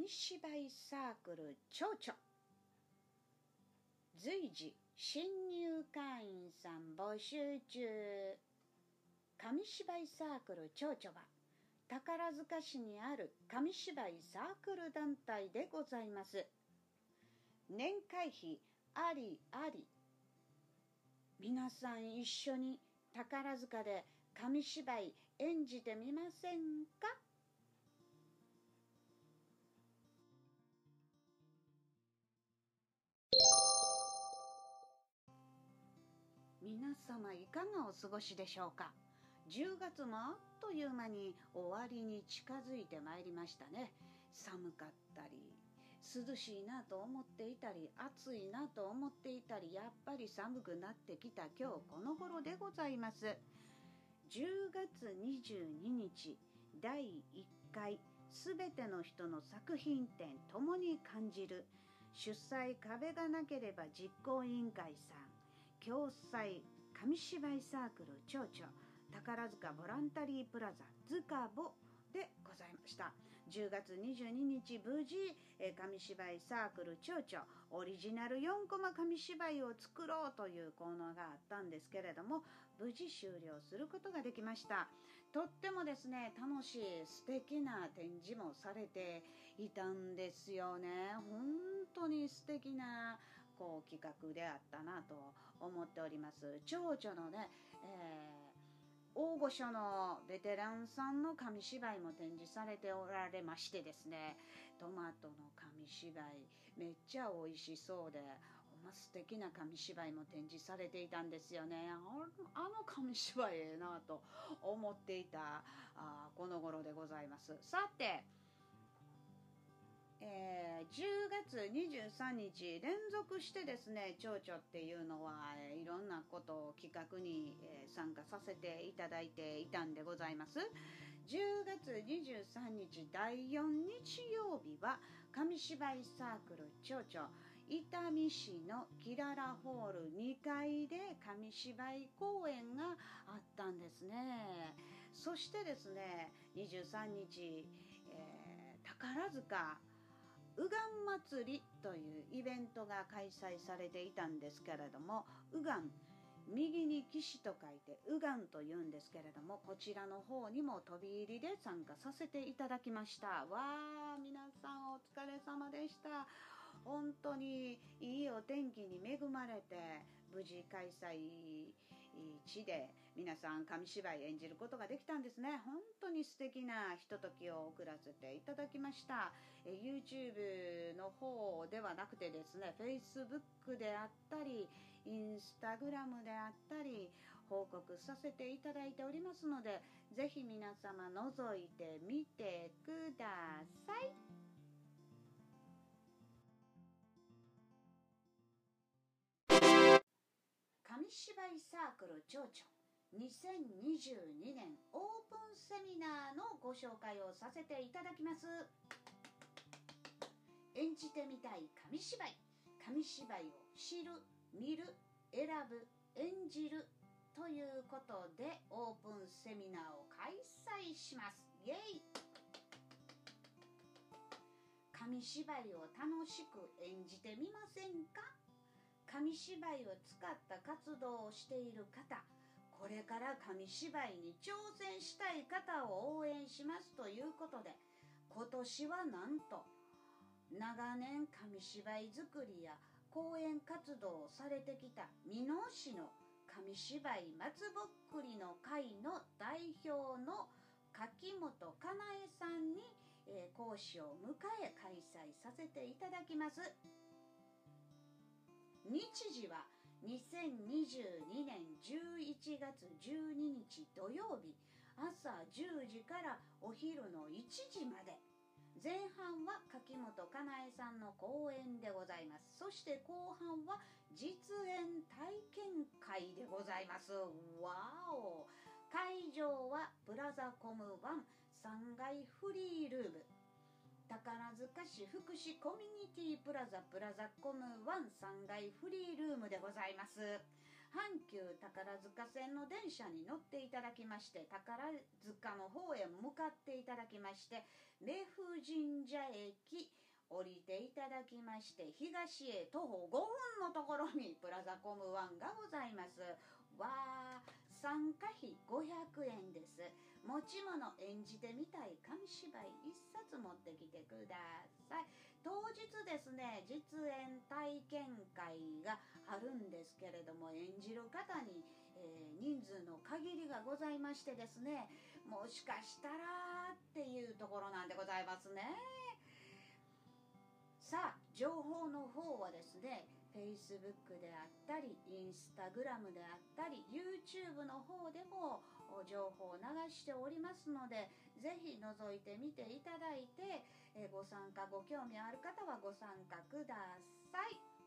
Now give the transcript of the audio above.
芝居サークル蝶々、随時新入会員さん募集中。紙芝居サークル蝶々は宝塚市にある紙芝居サークル団体でございます。年会費ありあり。皆さん一緒に宝塚で紙芝居演じてみませんか？皆様いかがお過ごしでしょうか。10月もあっという間に終わりに近づいてまいりましたね。寒かったり涼しいなと思っていたり、暑いなと思っていたり、やっぱり寒くなってきた今日この頃でございます。10月22日第1回すべての人の作品展共に感じる、主催壁がなければ実行委員会さん、共催紙芝居サークル蝶々、宝塚ボランタリープラザズカボでございました。10月22日無事紙芝居サークル蝶々オリジナル4コマ紙芝居を作ろうというコーナーがあったんですけれども、無事終了することができました。とってもですね、楽しい素敵な展示もされていたんですよね。本当に素敵な企画であったなと思っております。蝶々のね、大御所のベテランさんの紙芝居も展示されておられましてですね、トマトの紙芝居めっちゃ美味しそうで、素敵な紙芝居も展示されていたんですよね。あの紙芝居ええなと思っていたこの頃でございます。さて、10月23日連続してですね、蝶々っていうのはいろんなことを企画に、参加させていただいていたんでございます。10月23日第4日曜日は紙芝居サークル蝶々伊丹市のキララホール2階で紙芝居公演があったんですね。そしてですね、23日、宝塚うがん祭りというイベントが開催されていたんですけれども、うがん、右に騎士と書いてうがんというんですけれども、こちらの方にも飛び入りで参加させていただきました。わー、皆さんお疲れ様でした。本当にいいお天気に恵まれて無事開催地で皆さん紙芝居演じることができたんですね。本当に素敵なひとときを送らせていただきました。YouTube の方ではなくてですね、 Facebook であったりInstagram であったり報告させていただいておりますので、ぜひ皆様覗いてみてください。紙芝居サークル蝶々2022年オープンセミナーのご紹介をさせていただきます。演じてみたい紙芝居、紙芝居を知る、見る、選ぶ、演じるということでオープンセミナーを開催します。イエイ。紙芝居を楽しく演じてみませんか？紙芝居を使った活動をしている方、これから紙芝居に挑戦したい方を応援しますということで、今年はなんと長年紙芝居作りや講演活動をされてきた箕面市の紙芝居松ぼっくりの会の代表の柿本かなえさんに、講師を迎え開催させていただきます。日時は2022年11月12日土曜日朝10時からお昼の1時まで。前半は柿本かなえさんの講演でございます。そして後半は実演体験会でございます。わお。会場はプラザコム1 3階フリールーム、宝塚市福祉コミュニティプラザコム1 3階フリールームでございます。 阪急宝塚線の電車に乗っていただきまして、宝塚の方へ向かっていただきまして、礼風神社駅降りていただきまして、東へ徒歩5分のところにプラザコムワンがございます。わー、参加費500円です。持ち物演じてみたい紙芝居1冊持ってきてください。当日ですね、実演体験会があるんですけれども、演じる方に、人数の限りがございましてですね、もしかしたらっていうところなんでございますね。さあ、情報の方はですね、Facebook であったり、Instagram であったり、YouTube の方でも情報を流しておりますので、ぜひ覗いてみていただいて、ご参加ご興味ある方はご参加ください。